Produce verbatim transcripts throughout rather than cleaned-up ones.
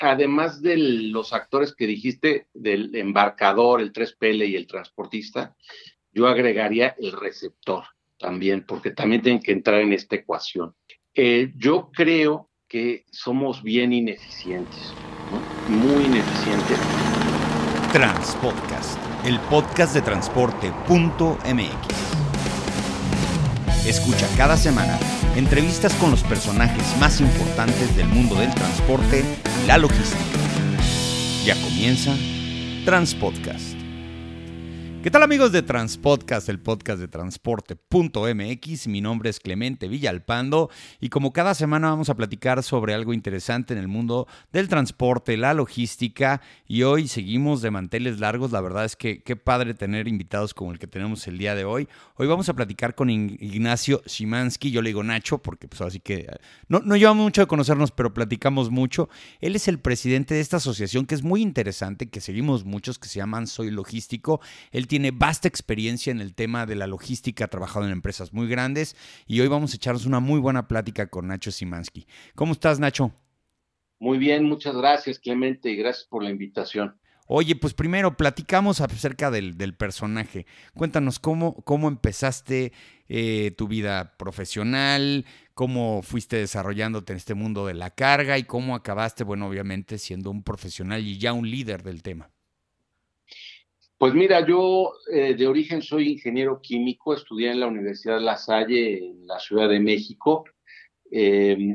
además de los actores que dijiste, del embarcador, el tres P L y el transportista, yo agregaría el receptor también, porque también tienen que entrar en esta ecuación. Eh, yo creo que somos bien ineficientes, ¿no? Muy ineficientes. Transpodcast, el podcast de transporte punto m x. Escucha cada semana entrevistas con los personajes más importantes del mundo del transporte y la logística. Ya comienza Transpodcast. ¿Qué tal, amigos de Transpodcast, el podcast de transporte punto m x? Mi nombre es Clemente Villalpando y como cada semana vamos a platicar sobre algo interesante en el mundo del transporte, la logística, y hoy seguimos de manteles largos. La verdad es que qué padre tener invitados como el que tenemos el día de hoy. Hoy vamos a platicar con Ignacio Szymanski. Yo le digo Nacho porque pues así que no, no llevamos mucho de conocernos, pero platicamos mucho. Él es el presidente de esta asociación que es muy interesante, que seguimos muchos, que se llaman Soy Logístico. Él tiene vasta experiencia en el tema de la logística, ha trabajado en empresas muy grandes y hoy vamos a echarnos una muy buena plática con Nacho Szymanski. ¿Cómo estás, Nacho? Muy bien, muchas gracias, Clemente, y gracias por la invitación. Oye, pues primero platicamos acerca del, del personaje. Cuéntanos cómo, cómo empezaste eh, tu vida profesional, cómo fuiste desarrollándote en este mundo de la carga y cómo acabaste, bueno, obviamente siendo un profesional y ya un líder del tema. Pues mira, yo eh, de origen soy ingeniero químico, estudié en la Universidad La Salle en la Ciudad de México. Eh,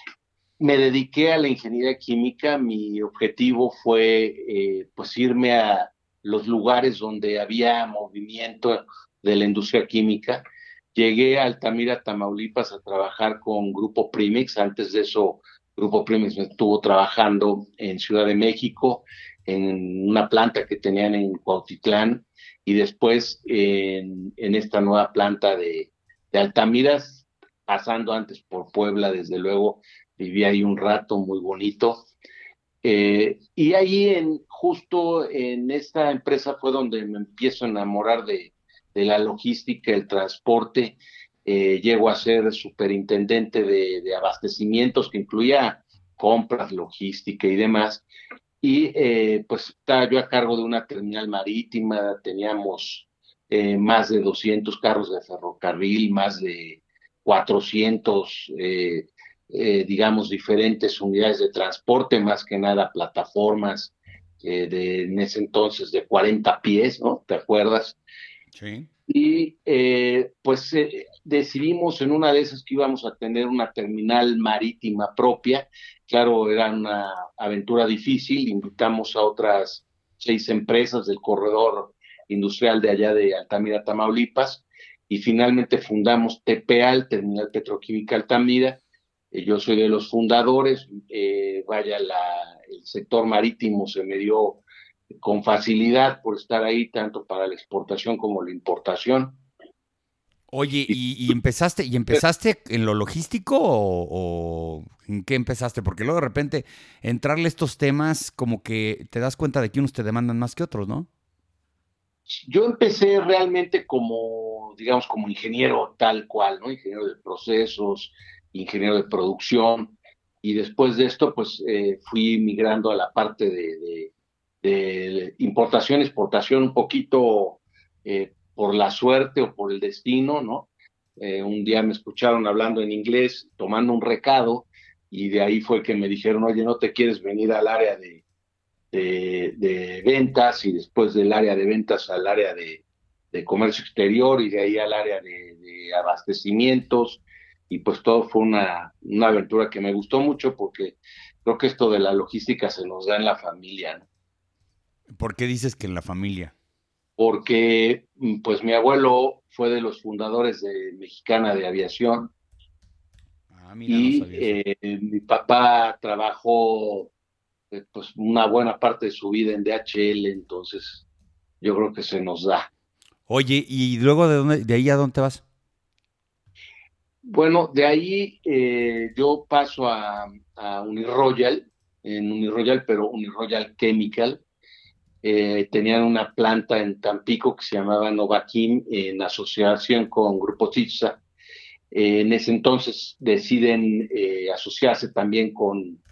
me dediqué a la ingeniería química. Mi objetivo fue eh, pues irme a los lugares donde había movimiento de la industria química. Llegué a Altamira, Tamaulipas, a trabajar con Grupo Primex. Antes de eso, Grupo Primex me estuvo trabajando en Ciudad de México, en una planta que tenían en Cuautitlán, y después en, en esta nueva planta de, de Altamira, pasando antes por Puebla, desde luego, viví ahí un rato muy bonito. Eh, y ahí, en, justo en esta empresa, fue donde me empiezo a enamorar de, de la logística, el transporte. Eh, llego a ser superintendente de, de abastecimientos, que incluía compras, logística y demás. Y eh, pues estaba yo a cargo de una terminal marítima. Teníamos eh, más de doscientos carros de ferrocarril, más de cuatrocientos, eh, eh, digamos, diferentes unidades de transporte, más que nada plataformas eh, de, en ese entonces de cuarenta pies, ¿no? ¿Te acuerdas? Sí. Y eh, pues eh, decidimos en una de esas que íbamos a tener una terminal marítima propia. Claro, era una aventura difícil. Invitamos a otras seis empresas del corredor industrial de allá de Altamira, Tamaulipas, y finalmente fundamos T P A L, Terminal Petroquímica Altamira. Eh, yo soy de los fundadores. Eh, vaya, la, el sector marítimo se me dio con facilidad por estar ahí, tanto para la exportación como la importación. Oye, ¿y, y empezaste y empezaste en lo logístico o, o en qué empezaste? Porque luego de repente entrarle a estos temas como que te das cuenta de que unos te demandan más que otros, ¿no? Yo empecé realmente como, digamos, como ingeniero tal cual, ¿no? Ingeniero de procesos, ingeniero de producción, y después de esto, pues eh, fui migrando a la parte de, de, de importación, exportación, un poquito eh, por la suerte o por el destino, ¿no? Eh, un día me escucharon hablando en inglés, tomando un recado, y de ahí fue que me dijeron, oye, ¿no te quieres venir al área de de, de ventas, y después del área de ventas al área de, de comercio exterior, y de ahí al área de, de abastecimientos? Y pues todo fue una, una aventura que me gustó mucho, porque creo que esto de la logística se nos da en la familia, ¿no? ¿Por qué dices que en la familia? Porque pues mi abuelo fue de los fundadores de Mexicana de Aviación, Ah, mira, no y sabía eso. eh, mi papá trabajó eh, pues una buena parte de su vida en D H L. Entonces yo creo que se nos da. Oye, ¿y luego de dónde, de ahí a dónde te vas? Bueno, de ahí eh, yo paso a, a Uniroyal, en Uniroyal, pero Uniroyal Chemical. Eh, tenían una planta en Tampico que se llamaba Novaquim, en asociación con Grupo Titsa. Eh, en ese entonces deciden eh, asociarse también con,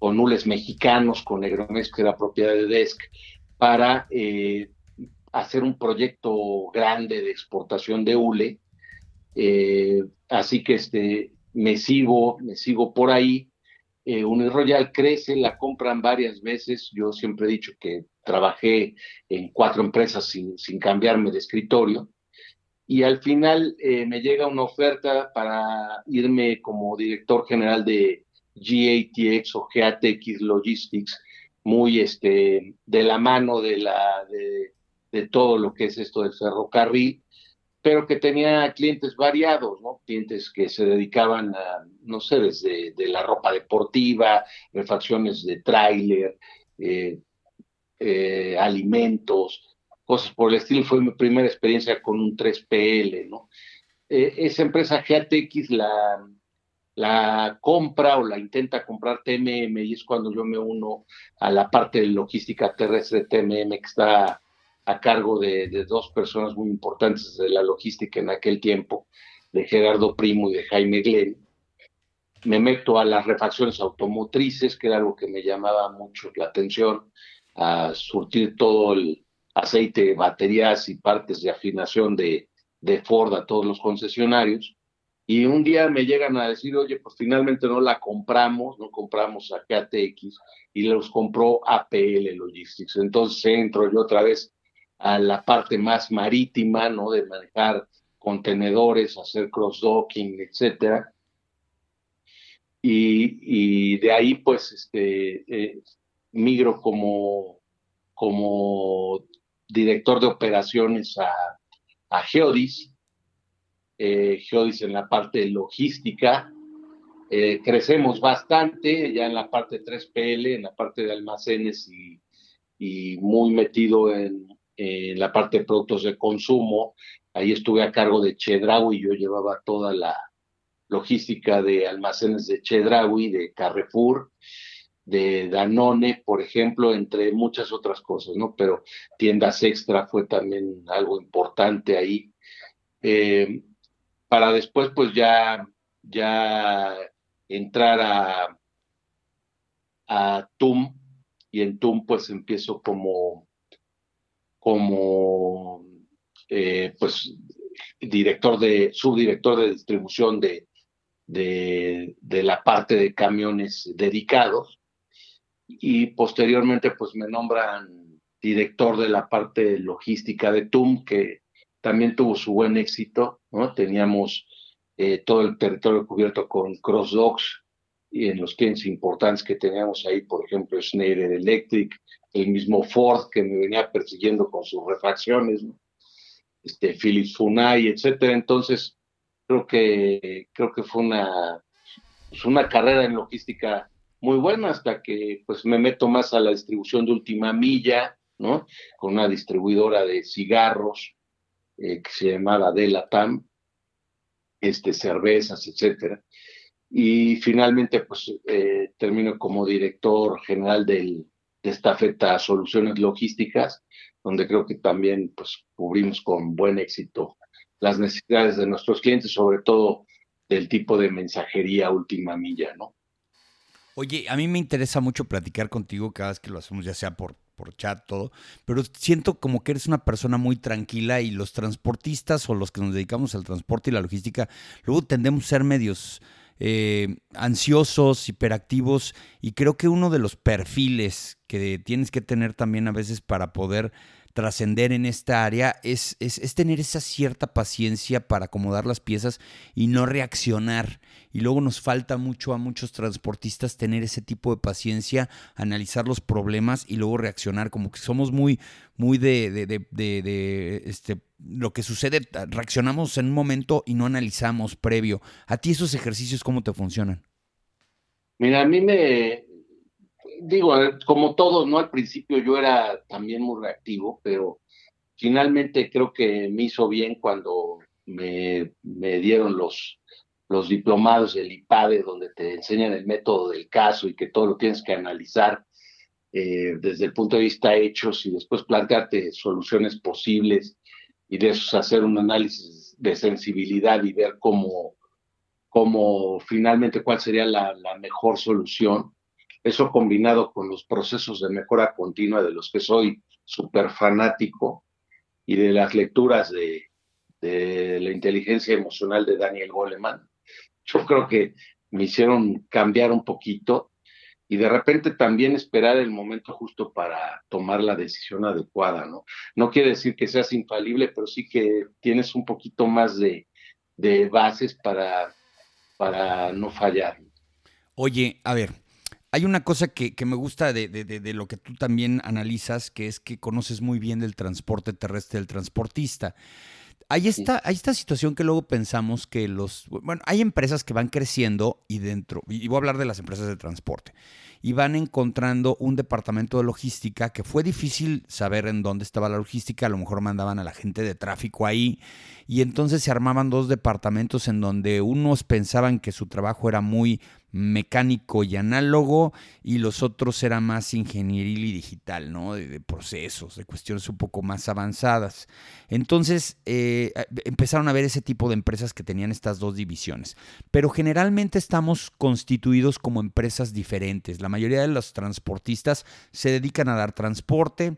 con hules mexicanos, con Negromex, que era propiedad de Desk, para eh, hacer un proyecto grande de exportación de hule. Eh, así que este, me sigo, me sigo por ahí. Eh, Uniroyal crece, la compran varias veces. Yo siempre he dicho que trabajé en cuatro empresas sin, sin cambiarme de escritorio. Y al final eh, me llega una oferta para irme como director general de G A T X o G A T X Logistics, muy este, de la mano de, la, de, de todo lo que es esto del ferrocarril, pero que tenía clientes variados, ¿no? Clientes que se dedicaban a, no sé, desde de la ropa deportiva, refacciones de tráiler, eh, eh, alimentos, cosas por el estilo. Fue mi primera experiencia con un tres P L, ¿no? Eh, esa empresa G A T X la, la compra o la intenta comprar T M M y es cuando yo me uno a la parte de logística terrestre de T M M, que está a cargo de, de dos personas muy importantes de la logística en aquel tiempo, de Gerardo Primo y de Jaime Glen. Me meto a las refacciones automotrices, que era algo que me llamaba mucho la atención, a surtir todo el aceite, baterías y partes de afinación de, de Ford a todos los concesionarios. Y un día me llegan a decir, oye, pues finalmente no la compramos, no compramos a G A T X y los compró A P L Logistics. Entonces entro yo otra vez a la parte más marítima, ¿no? De manejar contenedores, hacer cross-docking, etcétera. Y, y de ahí pues este, eh, migro como, como director de operaciones a, a Geodis, eh, Geodis en la parte de logística. Eh, crecemos bastante ya en la parte tres P L, en la parte de almacenes y, y muy metido en, en la parte de productos de consumo. Ahí estuve a cargo de Chedraui y yo llevaba toda la logística de almacenes de Chedraui, de Carrefour, de Danone, por ejemplo, entre muchas otras cosas, ¿no? Pero tiendas extra fue también algo importante ahí. Eh, para después, pues ya, ya entrar a, a T U M, y en T U M pues empiezo como, como eh, pues director de, subdirector de distribución de, de, de la parte de camiones dedicados, y posteriormente pues me nombran director de la parte logística de T U M, que también tuvo su buen éxito, ¿no? Teníamos eh, todo el territorio cubierto con cross-docks y en los clientes importantes que teníamos ahí, por ejemplo, Schneider Electric, el mismo Ford que me venía persiguiendo con sus refacciones, ¿no? Este, Philips Funai, etcétera. Entonces, creo que, creo que fue una, pues una carrera en logística muy buena hasta que pues me meto más a la distribución de última milla, ¿no? Con una distribuidora de cigarros eh, que se llamaba Delatam, este, cervezas, etcétera. Y finalmente pues eh, termino como director general del, de Estafeta Soluciones Logísticas, donde creo que también pues cubrimos con buen éxito las necesidades de nuestros clientes, sobre todo del tipo de mensajería última milla, ¿no? Oye, a mí me interesa mucho platicar contigo cada vez que lo hacemos, ya sea por, por chat, todo, pero siento como que eres una persona muy tranquila y los transportistas o los que nos dedicamos al transporte y la logística, luego tendemos a ser medios eh, ansiosos, hiperactivos, y creo que uno de los perfiles que tienes que tener también a veces para poder trascender en esta área es, es, es tener esa cierta paciencia para acomodar las piezas y no reaccionar. Y luego nos falta mucho a muchos transportistas tener ese tipo de paciencia, analizar los problemas y luego reaccionar. Como que somos muy, muy de, de, de, de, de este, lo que sucede, reaccionamos en un momento y no analizamos previo. ¿A ti esos ejercicios cómo te funcionan? Mira, a mí me, digo, como todos, ¿no? Al principio yo era también muy reactivo, pero finalmente creo que me hizo bien cuando me, me dieron los, los diplomados del IPADE, donde te enseñan el método del caso y que todo lo tienes que analizar eh, desde el punto de vista de hechos y después plantearte soluciones posibles y de eso hacer un análisis de sensibilidad y ver cómo, cómo finalmente cuál sería la, la mejor solución. Eso combinado con los procesos de mejora continua de los que soy súper fanático y de las lecturas de, de la inteligencia emocional de Daniel Goleman, yo creo que me hicieron cambiar un poquito y de repente también esperar el momento justo para tomar la decisión adecuada, ¿no? No quiere decir que seas infalible, pero sí que tienes un poquito más de, de bases para, para no fallar. Oye, a ver, hay una cosa que, que me gusta de, de, de, de lo que tú también analizas, que es que conoces muy bien del transporte terrestre, del transportista. Hay esta, hay esta situación que luego pensamos que los... Bueno, hay empresas que van creciendo y dentro... Y voy a hablar de las empresas de transporte. Y van encontrando un departamento de logística que fue difícil saber en dónde estaba la logística. A lo mejor mandaban a la gente de tráfico ahí. Y entonces se armaban dos departamentos en donde unos pensaban que su trabajo era muy mecánico y análogo y los otros eran más ingenieril y digital, ¿no? De, de procesos, de cuestiones un poco más avanzadas. Entonces eh, empezaron a ver ese tipo de empresas que tenían estas dos divisiones. Pero generalmente estamos constituidos como empresas diferentes. La mayoría de los transportistas se dedican a dar transporte.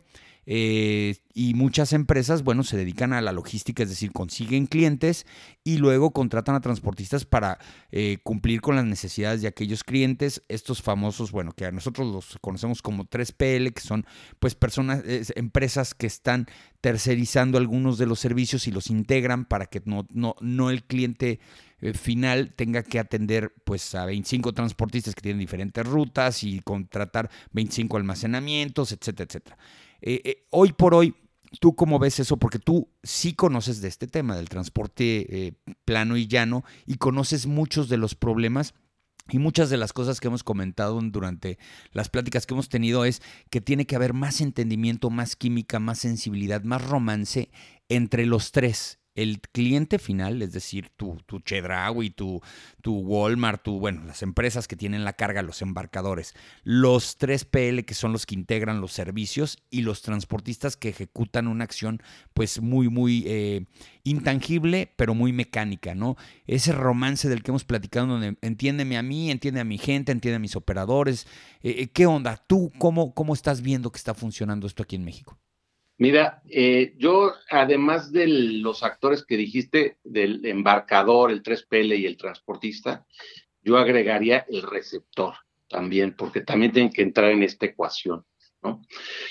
Eh, y muchas empresas, bueno, se dedican a la logística, es decir, consiguen clientes y luego contratan a transportistas para eh, cumplir con las necesidades de aquellos clientes, estos famosos, bueno, que a nosotros los conocemos como tres P L, que son pues personas, eh, empresas que están tercerizando algunos de los servicios y los integran para que no, no, no el cliente eh, final tenga que atender pues a veinticinco transportistas que tienen diferentes rutas y contratar veinticinco almacenamientos, etcétera, etcétera. Eh, eh, hoy por hoy, ¿tú cómo ves eso? Porque tú sí conoces de este tema del transporte eh, plano y llano y conoces muchos de los problemas y muchas de las cosas que hemos comentado durante las pláticas que hemos tenido es que tiene que haber más entendimiento, más química, más sensibilidad, más romance entre los tres. El cliente final, es decir, tu, tu Chedraui, tu, tu Walmart, tu, bueno, las empresas que tienen la carga, los embarcadores, los tres P L que son los que integran los servicios y los transportistas que ejecutan una acción pues muy, muy eh, intangible, pero muy mecánica, ¿no? Ese romance del que hemos platicado donde entiéndeme a mí, entiende a mi gente, entiende a mis operadores. Eh, ¿Qué onda? ¿Tú cómo, cómo estás viendo que está funcionando esto aquí en México? Mira, eh, yo además de los actores que dijiste, del embarcador, el tres P L y el transportista, yo agregaría el receptor también, porque también tienen que entrar en esta ecuación, ¿no?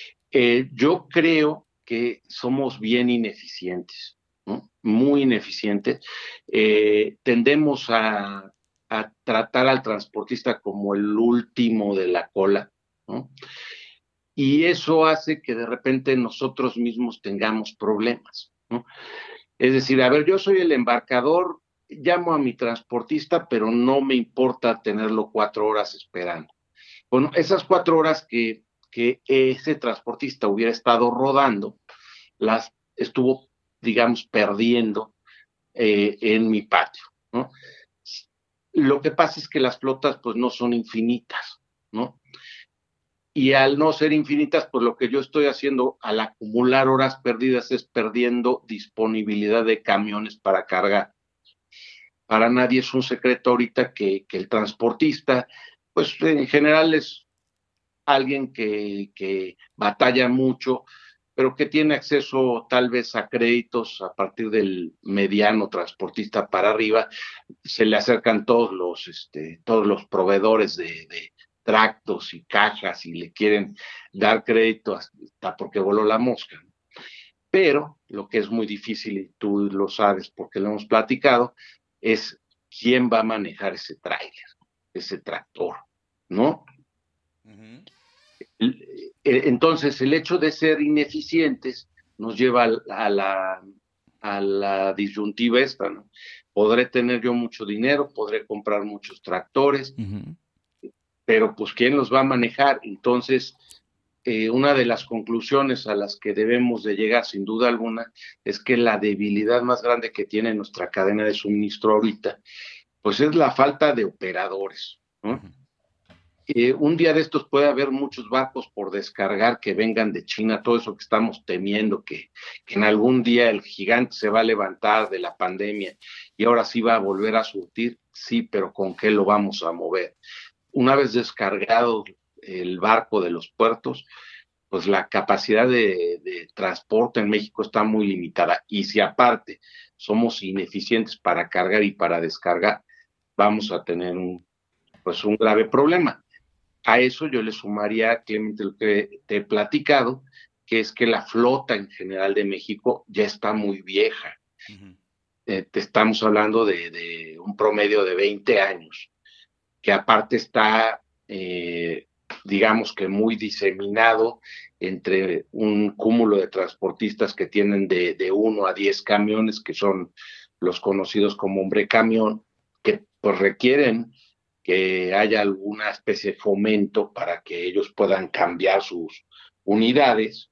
Eh, yo creo que somos bien ineficientes, ¿no? Muy ineficientes. Eh, tendemos a, a tratar al transportista como el último de la cola, ¿no? Y eso hace que de repente nosotros mismos tengamos problemas, ¿no? Es decir, a ver, yo soy el embarcador, llamo a mi transportista, pero no me importa tenerlo cuatro horas esperando. Bueno, esas cuatro horas que, que ese transportista hubiera estado rodando, las estuvo, digamos, perdiendo eh, en mi patio, ¿no? Lo que pasa es que las flotas, pues, no son infinitas, ¿no? Y al no ser infinitas, pues lo que yo estoy haciendo al acumular horas perdidas es perdiendo disponibilidad de camiones para cargar. Para nadie es un secreto ahorita que, que el transportista, pues en general es alguien que, que batalla mucho, pero que tiene acceso tal vez a créditos a partir del mediano transportista para arriba. Se le acercan todos los, este, todos los proveedores de, de tractos y cajas y le quieren dar crédito hasta porque voló la mosca. Pero lo que es muy difícil, y tú lo sabes porque lo hemos platicado, es quién va a manejar ese tráiler, ese tractor, ¿no? Uh-huh. Entonces, el hecho de ser ineficientes nos lleva a la, a la disyuntiva esta, ¿no? Podré tener yo mucho dinero, podré comprar muchos tractores, uh-huh. pero pues ¿quién los va a manejar? Entonces, eh, una de las conclusiones a las que debemos de llegar, sin duda alguna, es que la debilidad más grande que tiene nuestra cadena de suministro ahorita, pues es la falta de operadores, ¿no? Uh-huh. Eh, un día de estos puede haber muchos barcos por descargar que vengan de China, todo eso que estamos temiendo, que, que en algún día el gigante se va a levantar de la pandemia y ahora sí va a volver a surtir, sí, pero ¿con qué lo vamos a mover? Una vez descargados el barco de los puertos, pues la capacidad de, de transporte en México está muy limitada. Y si aparte somos ineficientes para cargar y para descargar, vamos a tener un, pues un grave problema. A eso yo le sumaría, Clemente, lo que te he platicado, que es que la flota en general de México ya está muy vieja. Uh-huh. Eh, te estamos hablando de, de un promedio de veinte años, que aparte está, eh, digamos que muy diseminado entre un cúmulo de transportistas que tienen de, de uno a diez camiones, que son los conocidos como hombre camión, que pues requieren que haya alguna especie de fomento para que ellos puedan cambiar sus unidades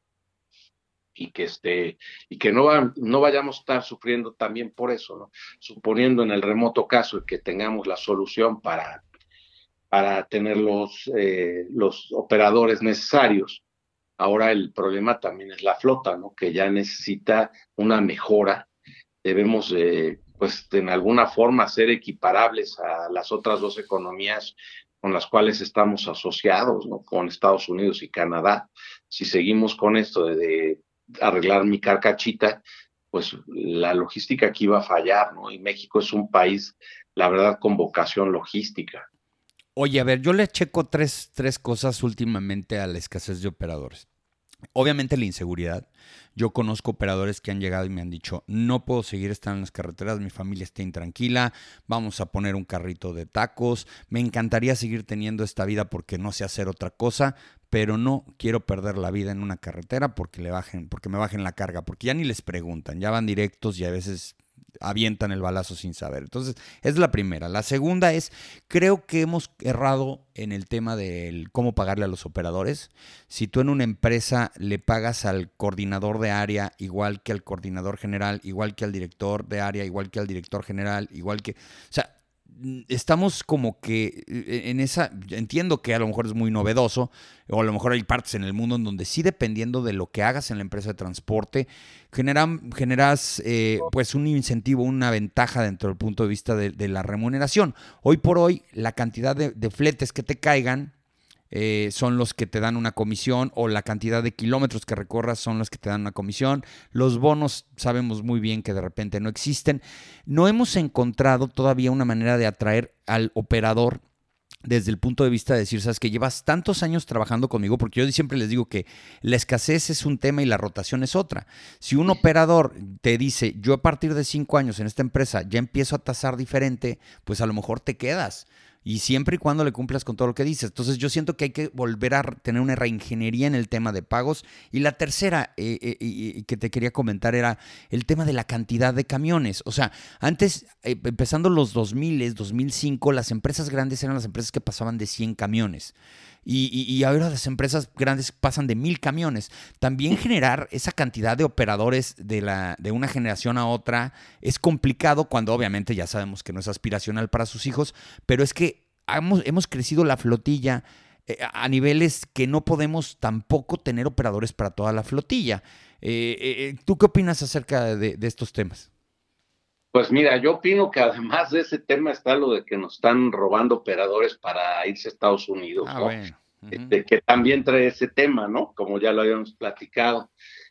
y que este y que no, va, no vayamos a estar sufriendo también por eso, ¿no? Suponiendo en el remoto caso que tengamos la solución para, para tener los, eh, los operadores necesarios, ahora el problema también es la flota, ¿no? Que ya necesita una mejora. Debemos eh, pues en alguna forma ser equiparables a las otras dos economías con las cuales estamos asociados, ¿no? Con Estados Unidos y Canadá. Si seguimos con esto de, de arreglar mi carcachita, pues la logística aquí va a fallar, ¿no? Y México es un país, la verdad, con vocación logística. Oye, a ver, yo le checo tres, tres cosas últimamente a la escasez de operadores. Obviamente la inseguridad. Yo conozco operadores que han llegado y me han dicho, no puedo seguir estando en las carreteras, mi familia está intranquila, vamos a poner un carrito de tacos, me encantaría seguir teniendo esta vida porque no sé hacer otra cosa, pero no quiero perder la vida en una carretera porque le bajen, porque me bajen la carga, porque ya ni les preguntan, ya van directos y a veces avientan el balazo sin saber. Entonces, es la primera. La segunda es, creo que hemos errado en el tema del cómo pagarle a los operadores. Si tú en una empresa le pagas al coordinador de área igual que al coordinador general, igual que al director de área, igual que al director general, igual que... O sea, estamos como que en esa, entiendo que a lo mejor es muy novedoso, o a lo mejor hay partes en el mundo en donde sí, dependiendo de lo que hagas en la empresa de transporte, generan, generas eh, pues un incentivo, una ventaja dentro del punto de vista de, de la remuneración. Hoy por hoy, la cantidad de, de fletes que te caigan Eh, son los que te dan una comisión, o la cantidad de kilómetros que recorras son los que te dan una comisión. Los bonos sabemos muy bien que de repente no existen. No hemos encontrado todavía una manera de atraer al operador desde el punto de vista de decir, sabes que llevas tantos años trabajando conmigo, porque yo siempre les digo que la escasez es un tema y la rotación es otra. Si un operador te dice, yo a partir de cinco años en esta empresa ya empiezo a tasar diferente, pues a lo mejor te quedas. Y siempre y cuando le cumplas con todo lo que dices. Entonces yo siento que hay que volver a tener una reingeniería en el tema de pagos. Y la tercera eh, eh, eh, que te quería comentar era el tema de la cantidad de camiones. O sea, antes, eh, empezando los dos mil, dos mil cinco, las empresas grandes eran las empresas que pasaban de cien camiones. Y, y, y ahora las empresas grandes pasan de mil camiones. También generar esa cantidad de operadores de, la, de una generación a otra es complicado, cuando obviamente ya sabemos que no es aspiracional para sus hijos, pero es que hemos, hemos crecido la flotilla eh, a niveles que no podemos tampoco tener operadores para toda la flotilla. Eh, eh, ¿Tú qué opinas acerca de, de estos temas? Pues mira, yo opino que además de ese tema está lo de que nos están robando operadores para irse a Estados Unidos, ah, ¿no? Bueno. Uh-huh. Este, que también trae ese tema, ¿no? Como ya lo habíamos platicado.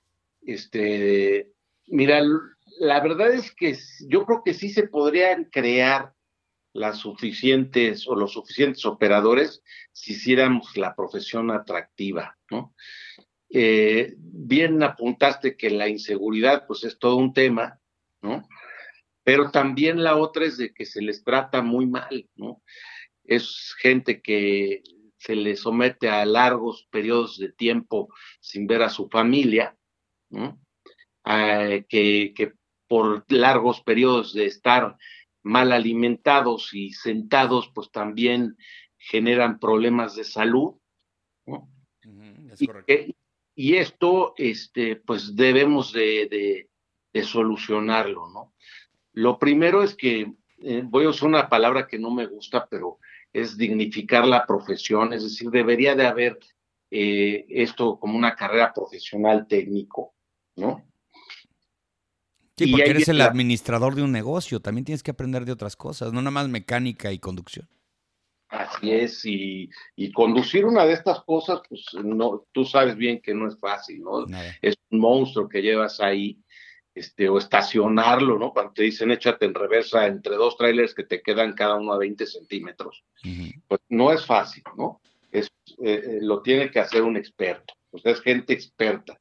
Este, mira, la verdad es que yo creo que sí se podrían crear las suficientes o los suficientes operadores si hiciéramos la profesión atractiva, ¿no? Eh, bien apuntaste que la inseguridad, pues es todo un tema, ¿no? Pero también la otra es de que se les trata muy mal, ¿no? Es gente que se les somete a largos periodos de tiempo sin ver a su familia, ¿no? Eh, que, que por largos periodos de estar mal alimentados y sentados, pues también generan problemas de salud, ¿no? Uh-huh, es y, correcto. que, y esto, este, pues debemos de, de, de solucionarlo, ¿no? Lo primero es que, eh, voy a usar una palabra que no me gusta, pero es dignificar la profesión, es decir, debería de haber eh, esto como una carrera profesional técnico, ¿no? Sí, y porque ahí eres el la, administrador de un negocio, también tienes que aprender de otras cosas, no nada más mecánica y conducción. Así es, y, y conducir una de estas cosas, pues no, tú sabes bien que no es fácil, ¿no? Nada. Es un monstruo que llevas ahí, este, o estacionarlo, ¿no? Cuando te dicen échate en reversa entre dos trailers que te quedan cada uno a veinte centímetros, Uh-huh. pues no es fácil, ¿no? Es, eh, eh, lo tiene que hacer un experto, o sea, es gente experta.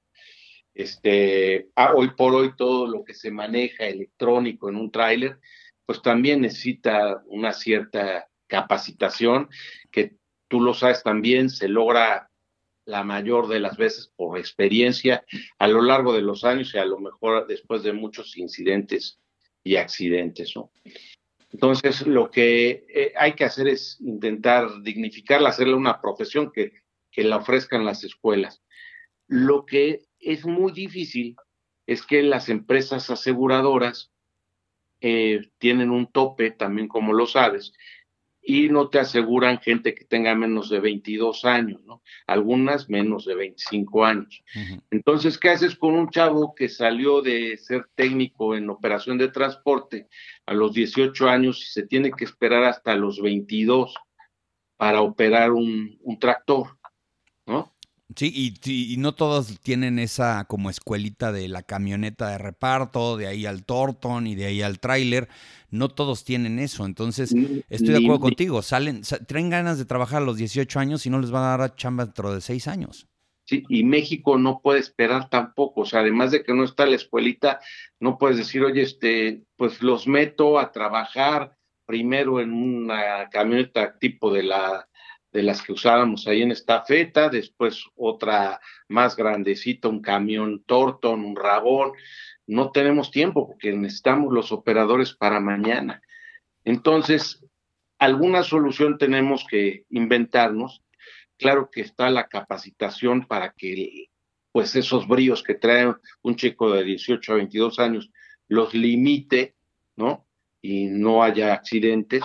Este, ah, hoy por hoy todo lo que se maneja electrónico en un tráiler, pues también necesita una cierta capacitación que tú lo sabes también, se logra la mayor de las veces por experiencia a lo largo de los años y a lo mejor después de muchos incidentes y accidentes, ¿no? Entonces, lo que eh, hay que hacer es intentar dignificarla, hacerle una profesión que, que la ofrezcan las escuelas. Lo que es muy difícil es que las empresas aseguradoras eh, tienen un tope, también como lo sabes, y no te aseguran gente que tenga menos de veintidós años, ¿no? Algunas menos de veinticinco años. Uh-huh. Entonces, ¿qué haces con un chavo que salió de ser técnico en operación de transporte a los dieciocho años y se tiene que esperar hasta los veintidós para operar un, un tractor, ¿no? Sí, y, y no todos tienen esa como escuelita de la camioneta de reparto, de ahí al Torton y de ahí al tráiler. No todos tienen eso. Entonces, Ni, estoy de ni, acuerdo contigo. Salen, sa- traen ganas de trabajar a los dieciocho años y no les va a dar chamba dentro de seis años. Sí, y México no puede esperar tampoco, o sea, además de que no está la escuelita, no puedes decir, oye, este, pues los meto a trabajar primero en una camioneta tipo de la de las que usábamos ahí en Estafeta, después otra más grandecita, un camión Torton, un Rabón. No tenemos tiempo porque necesitamos los operadores para mañana. Entonces, alguna solución tenemos que inventarnos. Claro que está la capacitación para que pues esos bríos que trae un chico de dieciocho a veintidós años los limite, ¿no? Y no haya accidentes,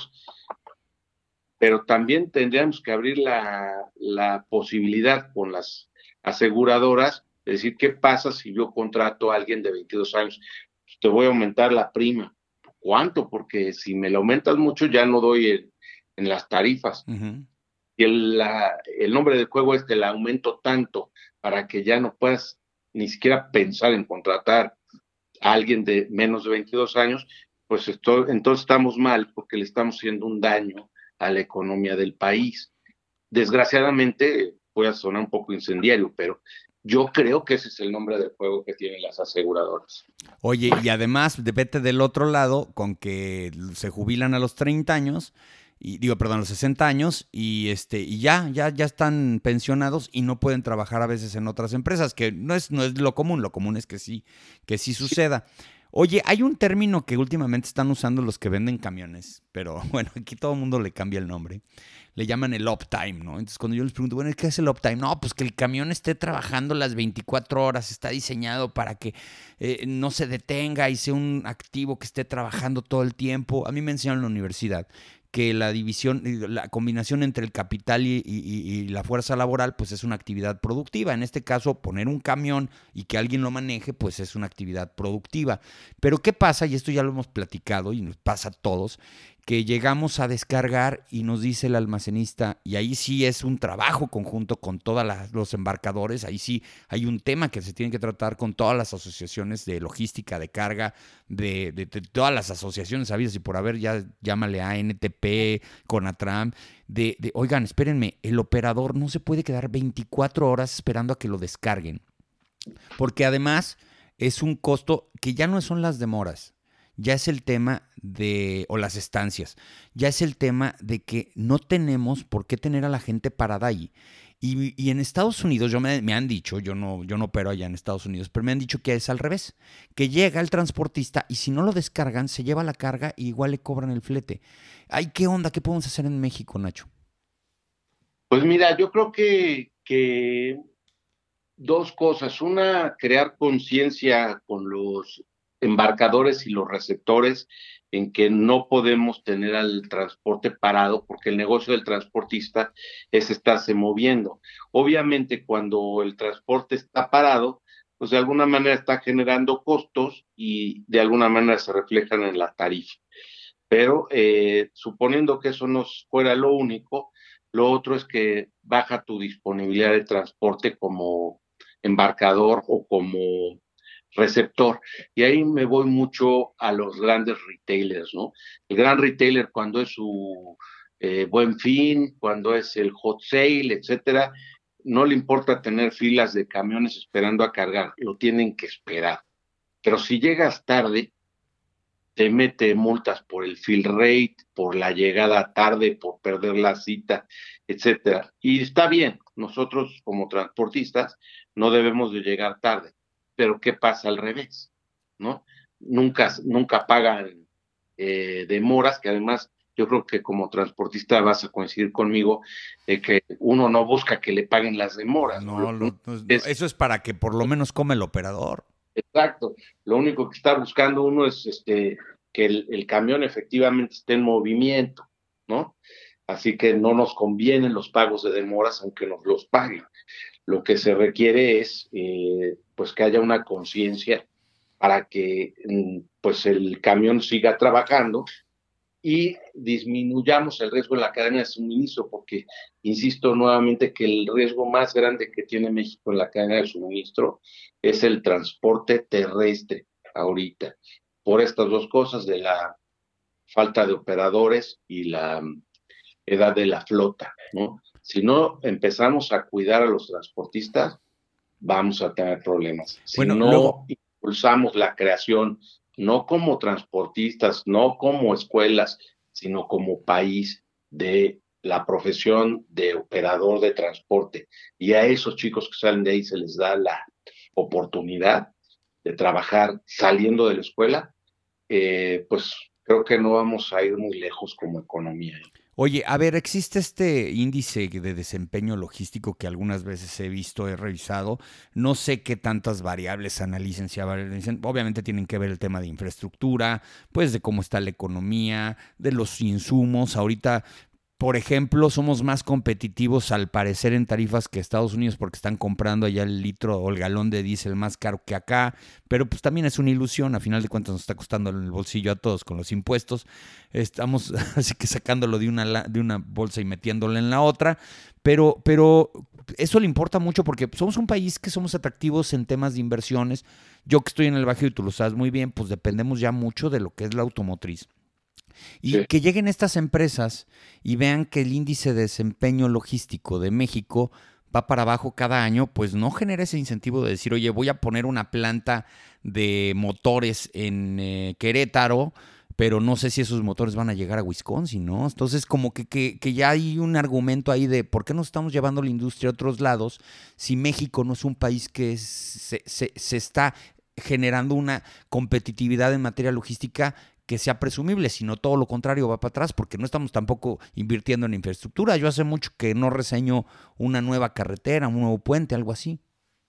pero también tendríamos que abrir la, la posibilidad con las aseguradoras de decir, ¿qué pasa si yo contrato a alguien de veintidós años? Pues te voy a aumentar la prima. ¿Cuánto? Porque si me lo aumentas mucho ya no doy el, en las tarifas. Uh-huh. Y el, la, el nombre del juego es que la aumento tanto para que ya no puedas ni siquiera pensar en contratar a alguien de menos de veintidós años, pues esto, entonces estamos mal porque le estamos haciendo un daño a la economía del país. Desgraciadamente, puede sonar un poco incendiario, pero yo creo que ese es el nombre del juego que tienen las aseguradoras. Oye, y además, de- vete del otro lado con que se jubilan a los treinta años, y digo, perdón, a los sesenta años, y este, y ya, ya, ya están pensionados y no pueden trabajar a veces en otras empresas, que no es, no es lo común, lo común es que sí, que sí suceda. Oye, hay un término que últimamente están usando los que venden camiones, pero bueno, aquí todo el mundo le cambia el nombre. Le llaman el uptime, ¿no? Entonces cuando yo les pregunto, bueno, ¿qué es el uptime? No, pues que el camión esté trabajando las veinticuatro horas, está diseñado para que eh, no se detenga y sea un activo que esté trabajando todo el tiempo. A mí me enseñaron en la universidad que la división, la combinación entre el capital y, y, y la fuerza laboral, pues es una actividad productiva. En este caso, poner un camión y que alguien lo maneje, pues es una actividad productiva. Pero ¿qué pasa? Y esto ya lo hemos platicado y nos pasa a todos, que llegamos a descargar y nos dice el almacenista, y ahí sí es un trabajo conjunto con todos los embarcadores, ahí sí hay un tema que se tiene que tratar con todas las asociaciones de logística, de carga, de, de, de todas las asociaciones habidas y por haber, ya llámale a N T P, Conatram, de, de, oigan, espérenme, el operador no se puede quedar veinticuatro horas esperando a que lo descarguen, porque además es un costo que ya no son las demoras, ya es el tema de, o las estancias, ya es el tema de que no tenemos por qué tener a la gente parada ahí. Y, y en Estados Unidos, yo me, me han dicho, yo no, yo no opero allá en Estados Unidos, pero me han dicho que es al revés, que llega el transportista y si no lo descargan, se lleva la carga y igual le cobran el flete. Ay, ¿qué onda? ¿Qué podemos hacer en México, Nacho? Pues mira, yo creo que, que dos cosas. Una, crear conciencia con los embarcadores y los receptores en que no podemos tener al transporte parado porque el negocio del transportista es estarse moviendo. Obviamente, cuando el transporte está parado, pues de alguna manera está generando costos y de alguna manera se reflejan en la tarifa. Pero eh, suponiendo que eso no fuera lo único, lo otro es que baja tu disponibilidad de transporte como embarcador o como receptor. Y ahí me voy mucho a los grandes retailers, ¿no? El gran retailer cuando es su eh, Buen Fin, cuando es el Hot Sale, etcétera, no le importa tener filas de camiones esperando a cargar, lo tienen que esperar. Pero si llegas tarde, te mete multas por el fill rate, por la llegada tarde, por perder la cita, etcétera. Y está bien, nosotros como transportistas no debemos de llegar tarde, pero ¿qué pasa al revés? ¿No? Nunca, nunca pagan eh, demoras, que además yo creo que como transportista vas a coincidir conmigo, eh, que uno no busca que le paguen las demoras, ¿no? No, Lo lo- que no, no, es eso es para que por lo menos come el operador. exacto. Lo único que está buscando uno es este que el, el camión efectivamente esté en movimiento, ¿no? Así que no nos convienen los pagos de demoras, aunque nos los paguen. Lo que se requiere es eh, pues que haya una conciencia para que mm, pues el camión siga trabajando y disminuyamos el riesgo en la cadena de suministro, porque insisto nuevamente que el riesgo más grande que tiene México en la cadena de suministro es el transporte terrestre ahorita, por estas dos cosas de la falta de operadores y la um, edad de la flota, ¿no? Si no empezamos a cuidar a los transportistas, vamos a tener problemas. Si Bueno, luego, no impulsamos la creación, no como transportistas, no como escuelas, sino como país de la profesión de operador de transporte. Y a esos chicos que salen de ahí se les da la oportunidad de trabajar saliendo de la escuela, eh, pues creo que no vamos a ir muy lejos como economía. oye, a ver, existe este índice de desempeño logístico que algunas veces he visto, he revisado. No sé qué tantas variables analicen, si analicen. Obviamente tienen que ver el tema de infraestructura, pues de cómo está la economía, de los insumos. Ahorita, por ejemplo, somos más competitivos al parecer en tarifas que Estados Unidos porque están comprando allá el litro o el galón de diésel más caro que acá, pero pues también es una ilusión, a final de cuentas nos está costando en el bolsillo a todos con los impuestos, estamos así que sacándolo de una, de una bolsa y metiéndolo en la otra, pero, pero eso le importa mucho porque somos un país que somos atractivos en temas de inversiones. Yo que estoy en el Bajío y tú lo sabes muy bien, pues dependemos ya mucho de lo que es la automotriz. Y Sí. que lleguen estas empresas y vean que el índice de desempeño logístico de México va para abajo cada año, pues no genera ese incentivo de decir, oye, voy a poner una planta de motores en eh, Querétaro, pero no sé si esos motores van a llegar a Wisconsin, ¿no? Entonces, como que, que, que ya hay un argumento ahí de por qué no estamos llevando la industria a otros lados si México no es un país que se, se, se está generando una competitividad en materia logística que sea presumible, sino todo lo contrario va para atrás, porque no estamos tampoco invirtiendo en infraestructura. Yo hace mucho que no reseño una nueva carretera, un nuevo puente, algo así.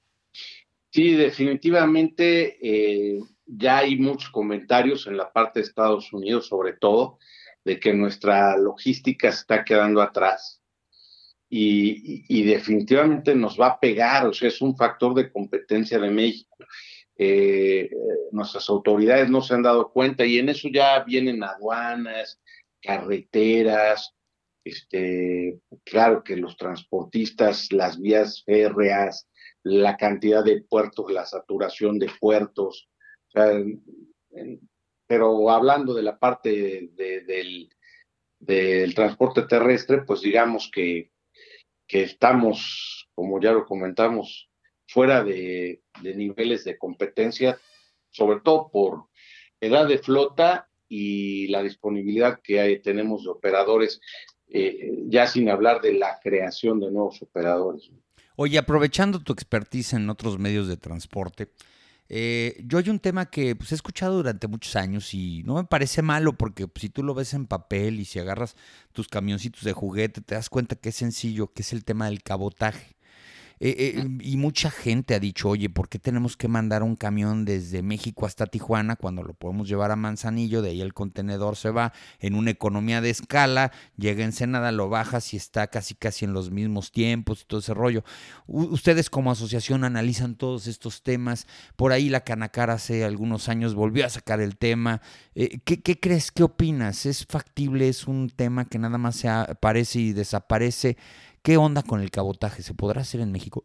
Sí, definitivamente eh, ya hay muchos comentarios en la parte de Estados Unidos, sobre todo, de que nuestra logística se está quedando atrás y, y, y definitivamente nos va a pegar, o sea, es un factor de competencia de México. Eh, nuestras autoridades no se han dado cuenta y en eso ya vienen aduanas, carreteras, este, claro que los transportistas, las vías férreas, la cantidad de puertos, la saturación de puertos, o sea, en, en, pero hablando de la parte de, de, del, del transporte terrestre, pues digamos que, que estamos, como ya lo comentamos, fuera de, de niveles de competencia, sobre todo por edad de flota y la disponibilidad que hay, tenemos de operadores, eh, ya sin hablar de la creación de nuevos operadores. Oye, aprovechando tu expertise en otros medios de transporte, eh, yo hay un tema que pues, he escuchado durante muchos años y no me parece malo porque pues, si tú lo ves en papel y si agarras tus camioncitos de juguete, te das cuenta que es sencillo, que es el tema del cabotaje. Eh, eh, y mucha gente ha dicho, oye, ¿por qué tenemos que mandar un camión desde México hasta Tijuana cuando lo podemos llevar a Manzanillo? De ahí el contenedor se va en una economía de escala, llega a Ensenada, lo bajas y está casi casi en los mismos tiempos y todo ese rollo. U ustedes como asociación analizan todos estos temas. Por ahí la Canacar hace algunos años volvió a sacar el tema. Eh, ¿qué, ¿Qué crees? ¿Qué opinas? ¿Es factible? ¿Es un tema que nada más se aparece y desaparece? ¿Qué onda con el cabotaje? ¿Se podrá hacer en México?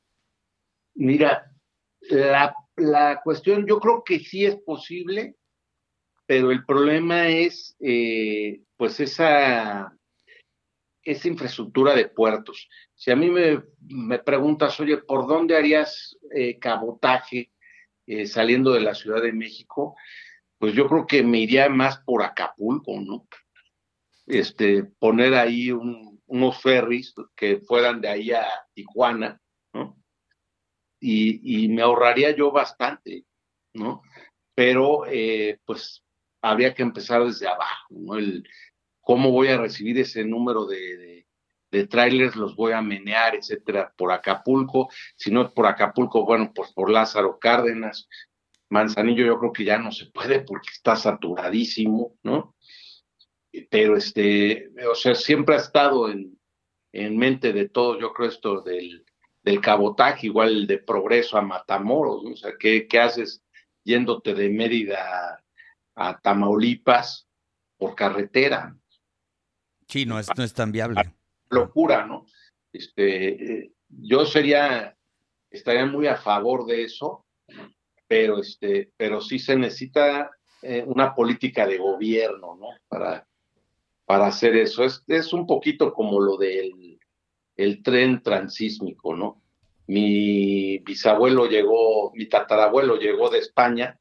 Mira, la, la cuestión, yo creo que sí es posible, pero el problema es, eh, pues, esa, esa infraestructura de puertos. Si a mí me, me preguntas, oye, ¿por dónde harías eh, cabotaje eh, saliendo de la Ciudad de México? Pues yo creo que me iría más por Acapulco, ¿no? Este, poner ahí un, unos ferries que fueran de ahí a Tijuana, ¿no? Y, y me ahorraría yo bastante, ¿no? Pero eh, pues habría que empezar desde abajo, ¿no? El, ¿cómo voy a recibir ese número de, de, de trailers? Los voy a menear, etcétera, por Acapulco. Si no es por Acapulco, bueno, pues por Lázaro Cárdenas. Manzanillo yo creo que ya no se puede porque está saturadísimo, ¿no? Pero este, o sea, siempre ha estado en, en mente de todos, yo creo, esto del, del cabotaje, igual de Progreso a Matamoros, ¿no? O sea, ¿qué, ¿qué haces yéndote de Mérida a, a Tamaulipas por carretera? Sí, no es, no es tan viable. No. Locura, ¿no? Este, eh, yo sería, estaría muy a favor de eso, pero este, pero sí se necesita eh, una política de gobierno, ¿no? Para, para hacer eso. Es, es un poquito como lo del el tren transísmico, ¿no? Mi bisabuelo llegó, mi tatarabuelo llegó de España,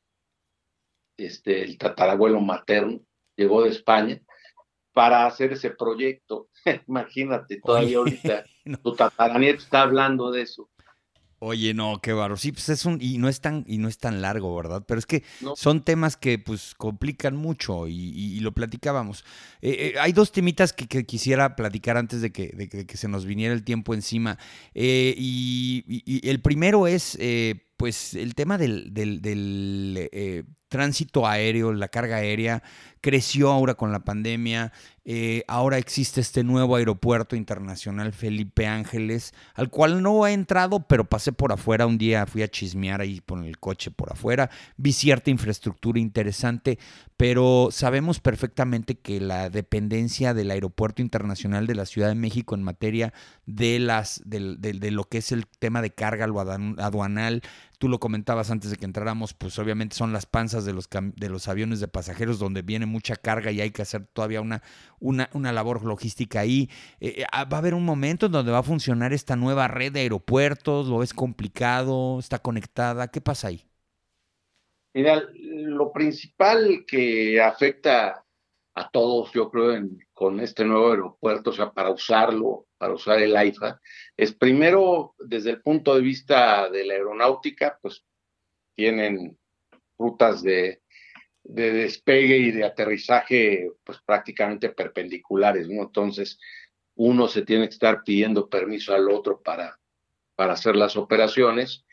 este, el tatarabuelo materno llegó de España para hacer ese proyecto. Imagínate, Oye, todavía ahorita no. tu tataranieto está hablando de eso, Oye, no, qué barro. Sí, pues es un, y no es tan, y no es tan largo, ¿verdad? Pero es que ¿no? son temas que pues complican mucho y, y- y lo platicábamos. Eh, eh, hay dos temitas que, que quisiera platicar antes de que, de que- de que se nos viniera el tiempo encima. Eh, y, y- y el primero es, eh, pues, el tema del, del- del, eh, tránsito aéreo, la carga aérea, creció ahora con la pandemia. Eh, ahora existe este nuevo aeropuerto internacional Felipe Ángeles al cual no he entrado, pero pasé por afuera un día, fui a chismear ahí con el coche por afuera, vi cierta infraestructura interesante, pero sabemos perfectamente que la dependencia del Aeropuerto Internacional de la Ciudad de México en materia de, las, de, de, de lo que es el tema de carga aduanal, tú lo comentabas antes de que entráramos, pues obviamente son las panzas de los, de los aviones de pasajeros donde viene mucha carga y hay que hacer todavía una, una, una labor logística ahí. Eh, ¿Va a haber un momento en donde va a funcionar esta nueva red de aeropuertos? ¿Lo es complicado? ¿Está conectada? ¿Qué pasa ahí? Mira, lo principal que afecta a todos, yo creo, en, con este nuevo aeropuerto, o sea, para usarlo, para usar el AIFA, es primero, desde el punto de vista de la aeronáutica, pues tienen rutas de, de despegue y de aterrizaje, pues prácticamente perpendiculares, ¿no? Entonces, uno se tiene que estar pidiendo permiso al otro para, para hacer las operaciones.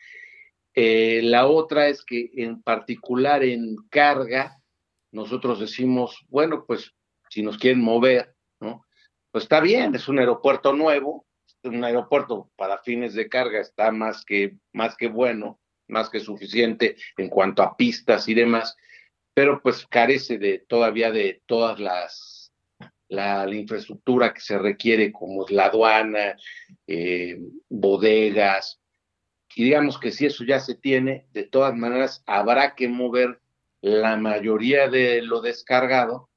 Eh, la otra es que en particular en carga, nosotros decimos, bueno, pues si nos quieren mover, ¿no? Pues está bien, es un aeropuerto nuevo, un aeropuerto para fines de carga está más que, más que bueno, más que suficiente en cuanto a pistas y demás, pero pues carece de todavía de todas las la, la infraestructura que se requiere, como es la aduana, eh, bodegas, y digamos que si eso ya se tiene, de todas maneras habrá que mover la mayoría de lo descargado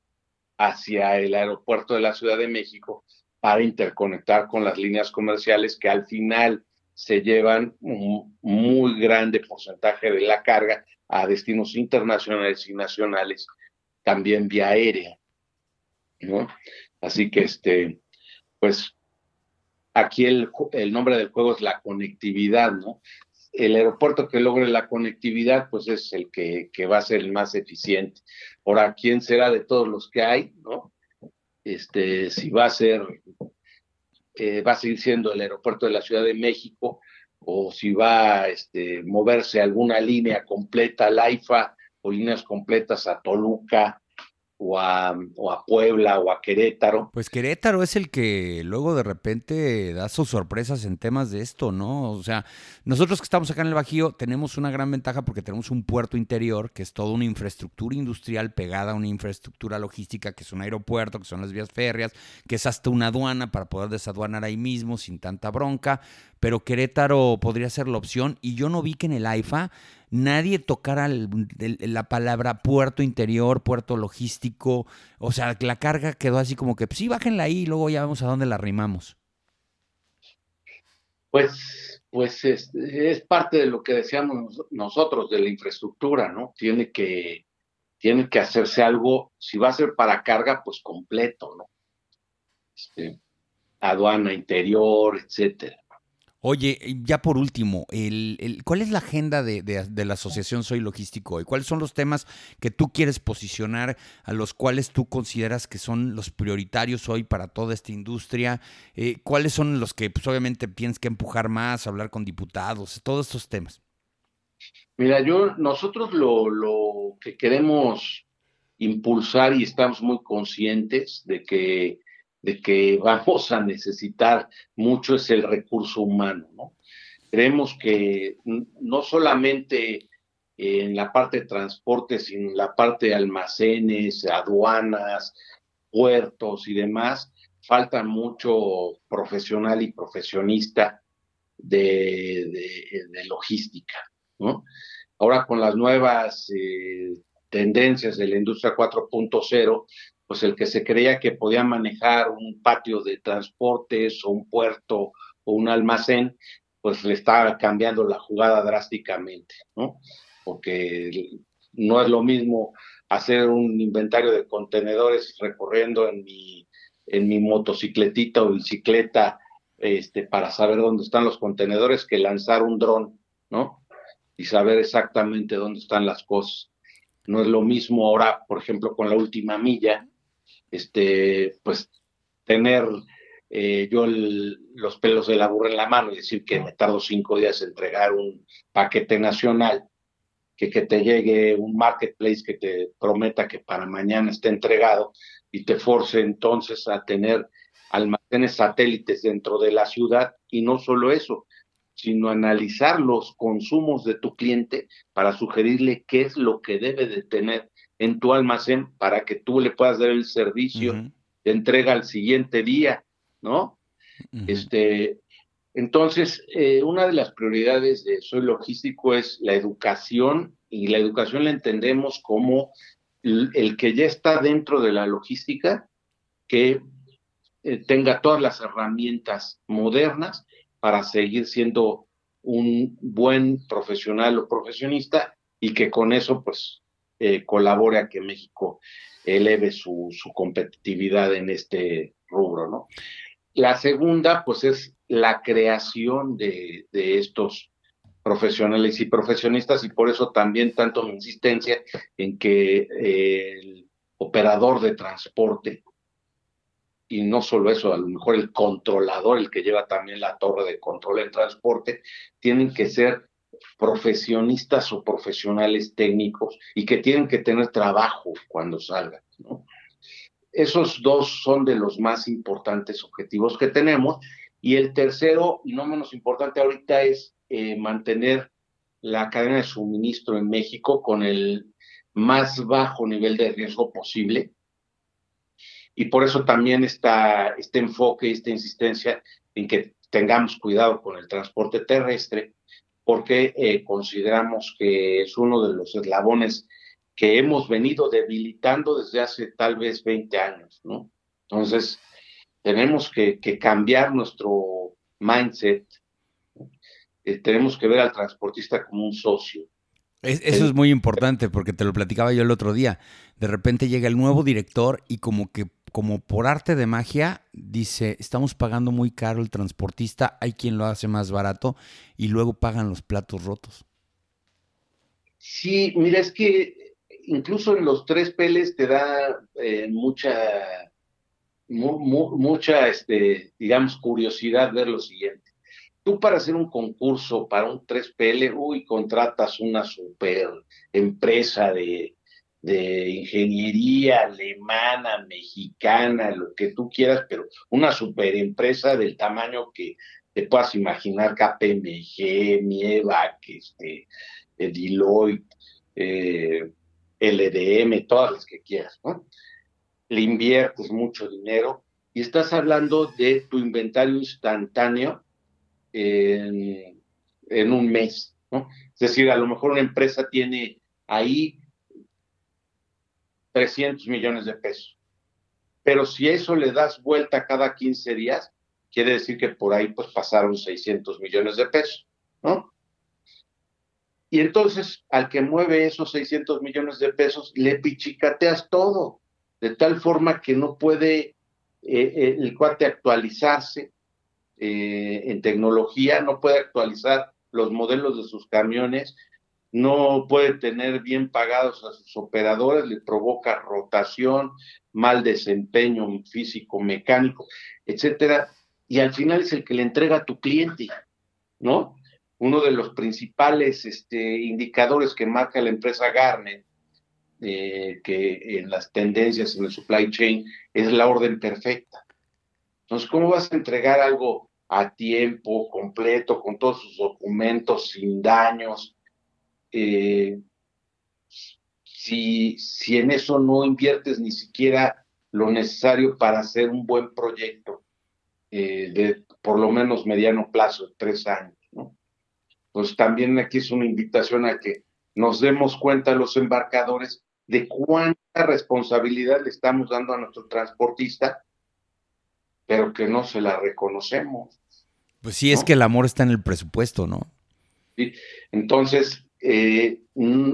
hacia el aeropuerto de la Ciudad de México para interconectar con las líneas comerciales que al final se llevan un muy grande porcentaje de la carga a destinos internacionales y nacionales, también vía aérea, ¿no? Así que este, pues aquí el, el nombre del juego es la conectividad, ¿no? El aeropuerto que logre la conectividad, pues es el que, que va a ser el más eficiente. Ahora, ¿quién será de todos los que hay, no? Este, si va a ser eh, va a seguir siendo el aeropuerto de la Ciudad de México, o si va a este, moverse alguna línea completa al AIFA o líneas completas a Toluca o a, o a Puebla o a Querétaro. Pues Querétaro es el que luego de repente da sus sorpresas en temas de esto, ¿no? O sea, nosotros que estamos acá en el Bajío tenemos una gran ventaja porque tenemos un puerto interior que es toda una infraestructura industrial pegada a una infraestructura logística, que es un aeropuerto, que son las vías férreas, que es hasta una aduana para poder desaduanar ahí mismo sin tanta bronca, pero Querétaro podría ser la opción y yo no vi que en el AIFA nadie tocara el, el, la palabra puerto interior, puerto logístico. O sea, la carga quedó así como que, pues sí, bájenla ahí y luego ya vemos a dónde la arrimamos. Pues, pues es, es parte de lo que decíamos nosotros de la infraestructura, ¿no? Tiene que, tiene que hacerse algo, si va a ser para carga, pues completo, ¿no? Este, aduana interior, etcétera. Oye, ya por último, el, el, ¿cuál es la agenda de, de, de la Asociación Soy Logístico Hoy? ¿Cuáles son los temas que tú quieres posicionar, a los cuales tú consideras que son los prioritarios hoy para toda esta industria? Eh, ¿Cuáles son los que pues, obviamente tienes que empujar más, hablar con diputados, todos estos temas? Mira, yo, nosotros lo, lo que queremos impulsar y estamos muy conscientes de que, de que vamos a necesitar mucho es el recurso humano, ¿no? Creemos que no solamente en la parte de transporte, sino en la parte de almacenes, aduanas, puertos y demás, falta mucho profesional y profesionista de, de, de logística, ¿no? Ahora con las nuevas eh, tendencias de la industria cuatro punto cero, pues el que se creía que podía manejar un patio de transportes o un puerto o un almacén, pues le está cambiando la jugada drásticamente, ¿no? Porque no es lo mismo hacer un inventario de contenedores recorriendo en mi, en mi motocicletita o bicicleta este, para saber dónde están los contenedores que lanzar un dron, ¿no? Y saber exactamente dónde están las cosas. No es lo mismo ahora, por ejemplo, con la última milla, este, pues tener eh, yo el, los pelos de la burra en la mano y decir que me tardo cinco días en entregar un paquete nacional, que, que te llegue un marketplace que te prometa que para mañana esté entregado y te force entonces a tener almacenes satélites dentro de la ciudad, y no solo eso, sino analizar los consumos de tu cliente para sugerirle qué es lo que debe de tener en tu almacén para que tú le puedas dar el servicio Uh-huh. de entrega al siguiente día, ¿no? Uh-huh. Este, entonces, eh, una de las prioridades de Soy Logístico es la educación, y la educación la entendemos como el, el que ya está dentro de la logística, que eh, tenga todas las herramientas modernas para seguir siendo un buen profesional o profesionista, y que con eso pues eh, colabore a que México eleve su, su competitividad en este rubro, ¿no? La segunda pues es la creación de, de estos profesionales y profesionistas, y por eso también tanto mi insistencia en que eh, el operador de transporte, y no solo eso, a lo mejor el controlador, el que lleva también la torre de control en transporte, tienen que ser profesionistas o profesionales técnicos y que tienen que tener trabajo cuando salgan, ¿no? Esos dos son de los más importantes objetivos que tenemos. Y el tercero, y no menos importante ahorita, es eh, mantener la cadena de suministro en México con el más bajo nivel de riesgo posible. Y por eso también está este enfoque, esta insistencia en que tengamos cuidado con el transporte terrestre, porque eh, consideramos que es uno de los eslabones que hemos venido debilitando desde hace tal vez veinte años, ¿no? Entonces, tenemos que, que cambiar nuestro mindset, eh, tenemos que ver al transportista como un socio. Es, eso es muy importante porque te lo platicaba yo el otro día. De repente llega el nuevo director y como que, como por arte de magia, dice, estamos pagando muy caro el transportista, hay quien lo hace más barato y luego pagan los platos rotos. Sí, mira, es que incluso en los tres P's te da eh, mucha mu, mu, mucha, este, digamos, curiosidad ver lo siguiente. Tú para hacer un concurso para un tres P L, uy, contratas una super empresa de, de ingeniería alemana, mexicana, lo que tú quieras, pero una super empresa del tamaño que te puedas imaginar, K P M G, Mievac, este, eh, Deloitte, eh, L D M, todas las que quieras, ¿no? Le inviertes mucho dinero y estás hablando de tu inventario instantáneo en, en un mes, ¿no? Es decir, a lo mejor una empresa tiene ahí trescientos millones de pesos, pero si eso le das vuelta cada quince días, quiere decir que por ahí pues pasaron seiscientos millones de pesos, ¿no? Y entonces al que mueve esos seiscientos millones de pesos le pichicateas todo, de tal forma que no puede eh, el cuate actualizarse, Eh, en tecnología, no puede actualizar los modelos de sus camiones, no puede tener bien pagados a sus operadores, le provoca rotación, mal desempeño físico, mecánico, etcétera, y al final es el que le entrega a tu cliente, ¿no? Uno de los principales este, indicadores que marca la empresa Gartner, eh, que en las tendencias en el supply chain, es la orden perfecta. Entonces, ¿cómo vas a entregar algo a tiempo, completo, con todos sus documentos, sin daños? Eh, si, si en eso no inviertes ni siquiera lo necesario para hacer un buen proyecto eh, de por lo menos mediano plazo, tres años, ¿no? Pues también aquí es una invitación a que nos demos cuenta los embarcadores de cuánta responsabilidad le estamos dando a nuestro transportista, pero que no se la reconocemos, Pues sí, es que ¿no? el amor está en el presupuesto, ¿no? ¿Sí? Entonces, eh, mm,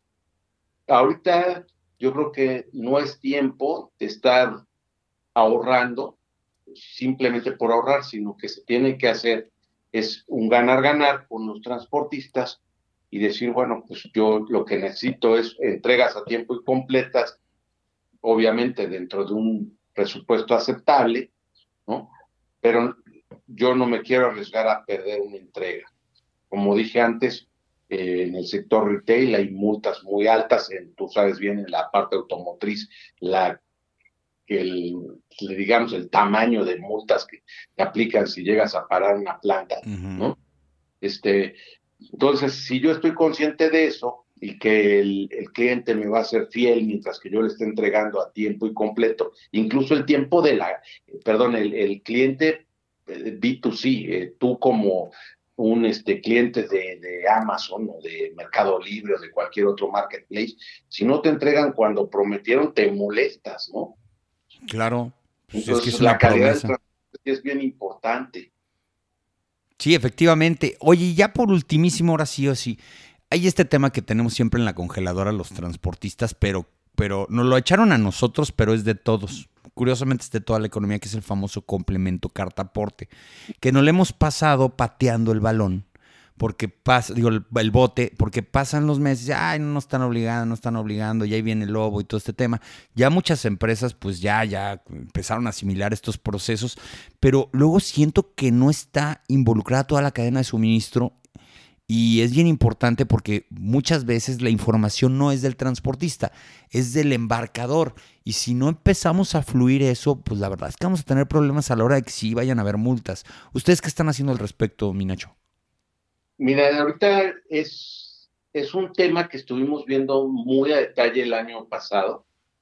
ahorita yo creo que no es tiempo de estar ahorrando simplemente por ahorrar, sino que se tiene que hacer es un ganar-ganar con los transportistas y decir, bueno, pues yo lo que necesito es entregas a tiempo y completas, obviamente dentro de un presupuesto aceptable, ¿no? Pero yo no me quiero arriesgar a perder una entrega. Como dije antes, eh, en el sector retail hay multas muy altas, en, tú sabes bien, en la parte automotriz, la el, digamos, el tamaño de multas que te aplican si llegas a parar una planta, Uh-huh. ¿no? Este, entonces, si yo estoy consciente de eso y que el, el cliente me va a ser fiel mientras que yo le esté entregando a tiempo y completo, incluso el tiempo de la, perdón, el, el cliente eh, B dos C, eh, tú como un este, cliente de, de Amazon o de Mercado Libre o de cualquier otro marketplace, si no te entregan cuando prometieron, te molestas, ¿no? Claro, pues es que es Entonces, la una calidad del promesa. transporte es bien importante. Sí, efectivamente. Oye, ya por ultimísimo, ahora sí o sí, hay este tema que tenemos siempre en la congeladora los transportistas, pero, pero nos lo echaron a nosotros, pero es de todos. Curiosamente es de toda la economía, que es el famoso complemento carta-aporte, que no le hemos pasado pateando el balón, porque pasa, digo, el, el bote, porque pasan los meses, ay, no nos están obligando, no están obligando, y ahí viene el lobo y todo este tema. Ya muchas empresas, pues ya, ya empezaron a asimilar estos procesos, pero luego siento que no está involucrada toda la cadena de suministro. Y es bien importante porque muchas veces la información no es del transportista, es del embarcador. Y si no empezamos a fluir eso, pues la verdad es que vamos a tener problemas a la hora de que sí vayan a haber multas. ¿Ustedes qué están haciendo al respecto, mi Nacho? Mira, ahorita es, es un tema que estuvimos viendo muy a detalle el año pasado,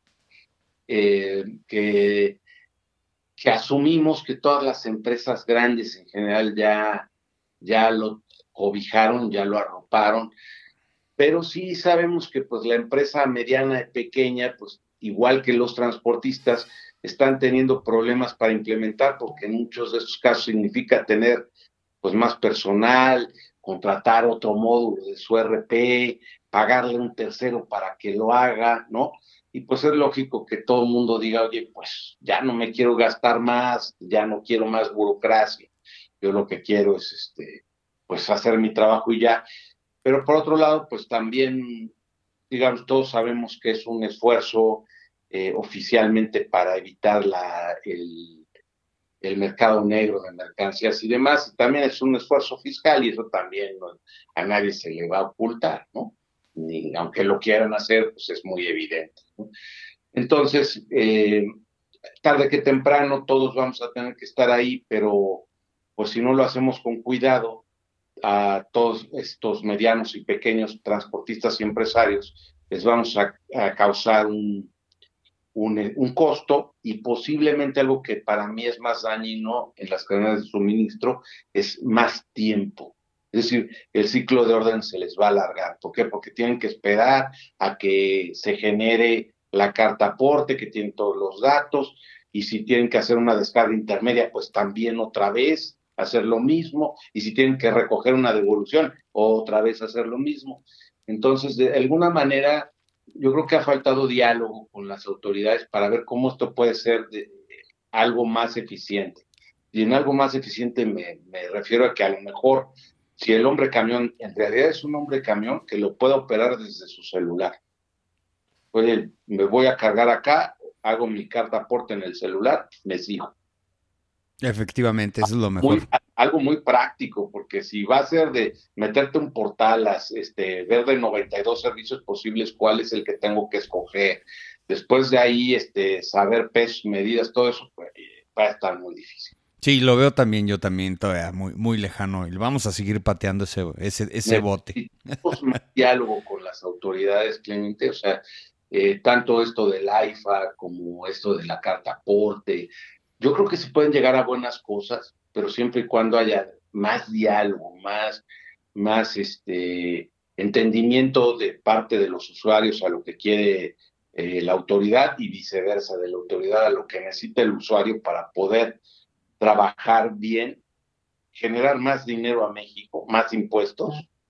eh, que, que asumimos que todas las empresas grandes en general ya, ya lo cobijaron, ya lo arroparon, pero sí sabemos que pues la empresa mediana y pequeña, pues igual que los transportistas, están teniendo problemas para implementar, porque en muchos de estos casos significa tener pues más personal, contratar otro módulo de su R P, pagarle un tercero para que lo haga, ¿no? Y pues es lógico que todo el mundo diga, oye, pues ya no me quiero gastar más, ya no quiero más burocracia, yo lo que quiero es este, pues hacer mi trabajo y ya. Pero por otro lado, pues también, digamos, todos sabemos que es un esfuerzo eh, oficialmente para evitar la, el, el mercado negro de mercancías y demás. Y también es un esfuerzo fiscal y eso también no, a nadie se le va a ocultar, ¿no? Ni, aunque lo quieran hacer, pues es muy evidente, ¿no? Entonces, eh, tarde que temprano todos vamos a tener que estar ahí, pero pues si no lo hacemos con cuidado, a todos estos medianos y pequeños transportistas y empresarios les vamos a, a causar un, un, un costo, y posiblemente algo que para mí es más dañino en las cadenas de suministro es más tiempo. Es decir, el ciclo de orden se les va a alargar. ¿Por qué? Porque tienen que esperar a que se genere la carta aporte, que tiene todos los datos, y si tienen que hacer una descarga intermedia, pues también otra vez hacer lo mismo, y si tienen que recoger una devolución, otra vez hacer lo mismo. Entonces, de alguna manera, yo creo que ha faltado diálogo con las autoridades para ver cómo esto puede ser de, de algo más eficiente. Y en algo más eficiente me, me refiero a que a lo mejor, si el hombre camión en realidad es un hombre camión que lo puede operar desde su celular. Oye, me voy a cargar acá, hago mi carta aporte en el celular, me sigo. Efectivamente, eso es lo mejor. Muy, algo muy práctico, porque si va a ser de meterte un portal, este, ver de noventa y dos servicios posibles cuál es el que tengo que escoger, después de ahí este, saber pesos, medidas, todo eso, pues, va a estar muy difícil. Sí, lo veo también, yo también todavía muy, muy lejano, y vamos a seguir pateando ese, ese, ese bote. Necesitamos un diálogo con las autoridades, Clemente, o sea, eh, tanto esto del AIFA como esto de la carta aporte. Yo creo que se pueden llegar a buenas cosas, pero siempre y cuando haya más diálogo, más, más este, entendimiento de parte de los usuarios a lo que quiere eh, la autoridad, y viceversa, de la autoridad a lo que necesita el usuario para poder trabajar bien, generar más dinero a México, más impuestos,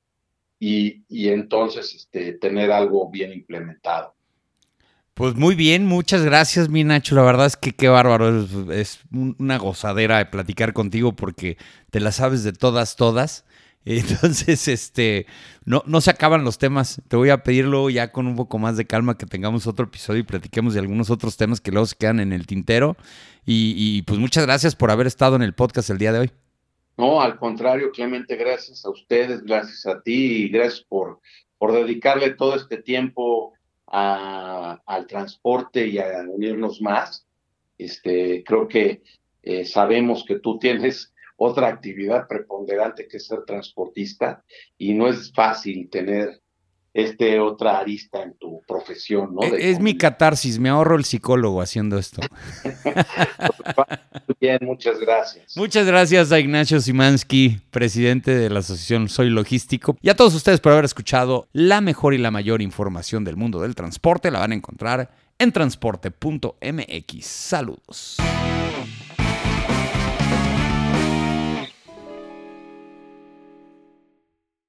y, y entonces este, tener algo bien implementado. Pues muy bien, muchas gracias, mi Nacho. La verdad es que qué bárbaro, es, es una gozadera de platicar contigo porque te la sabes de todas, todas. Entonces, este, no, no se acaban los temas. Te voy a pedir luego ya con un poco más de calma que tengamos otro episodio y platiquemos de algunos otros temas que luego se quedan en el tintero. Y, y pues muchas gracias por haber estado en el podcast el día de hoy. No, al contrario, Clemente, gracias a ustedes, gracias a ti y gracias por, por dedicarle todo este tiempo A, al transporte y a unirnos más. Este, creo que eh, sabemos que tú tienes otra actividad preponderante que es ser transportista, y no es fácil tener este otra arista en tu profesión, ¿no? De es mi catarsis, me ahorro el psicólogo haciendo esto. Bien, muchas gracias. Muchas gracias a Ignacio Simansky, presidente de la asociación Soy Logístico, y a todos ustedes por haber escuchado la mejor y la mayor información del mundo del transporte. La van a encontrar en transporte punto m x. Saludos.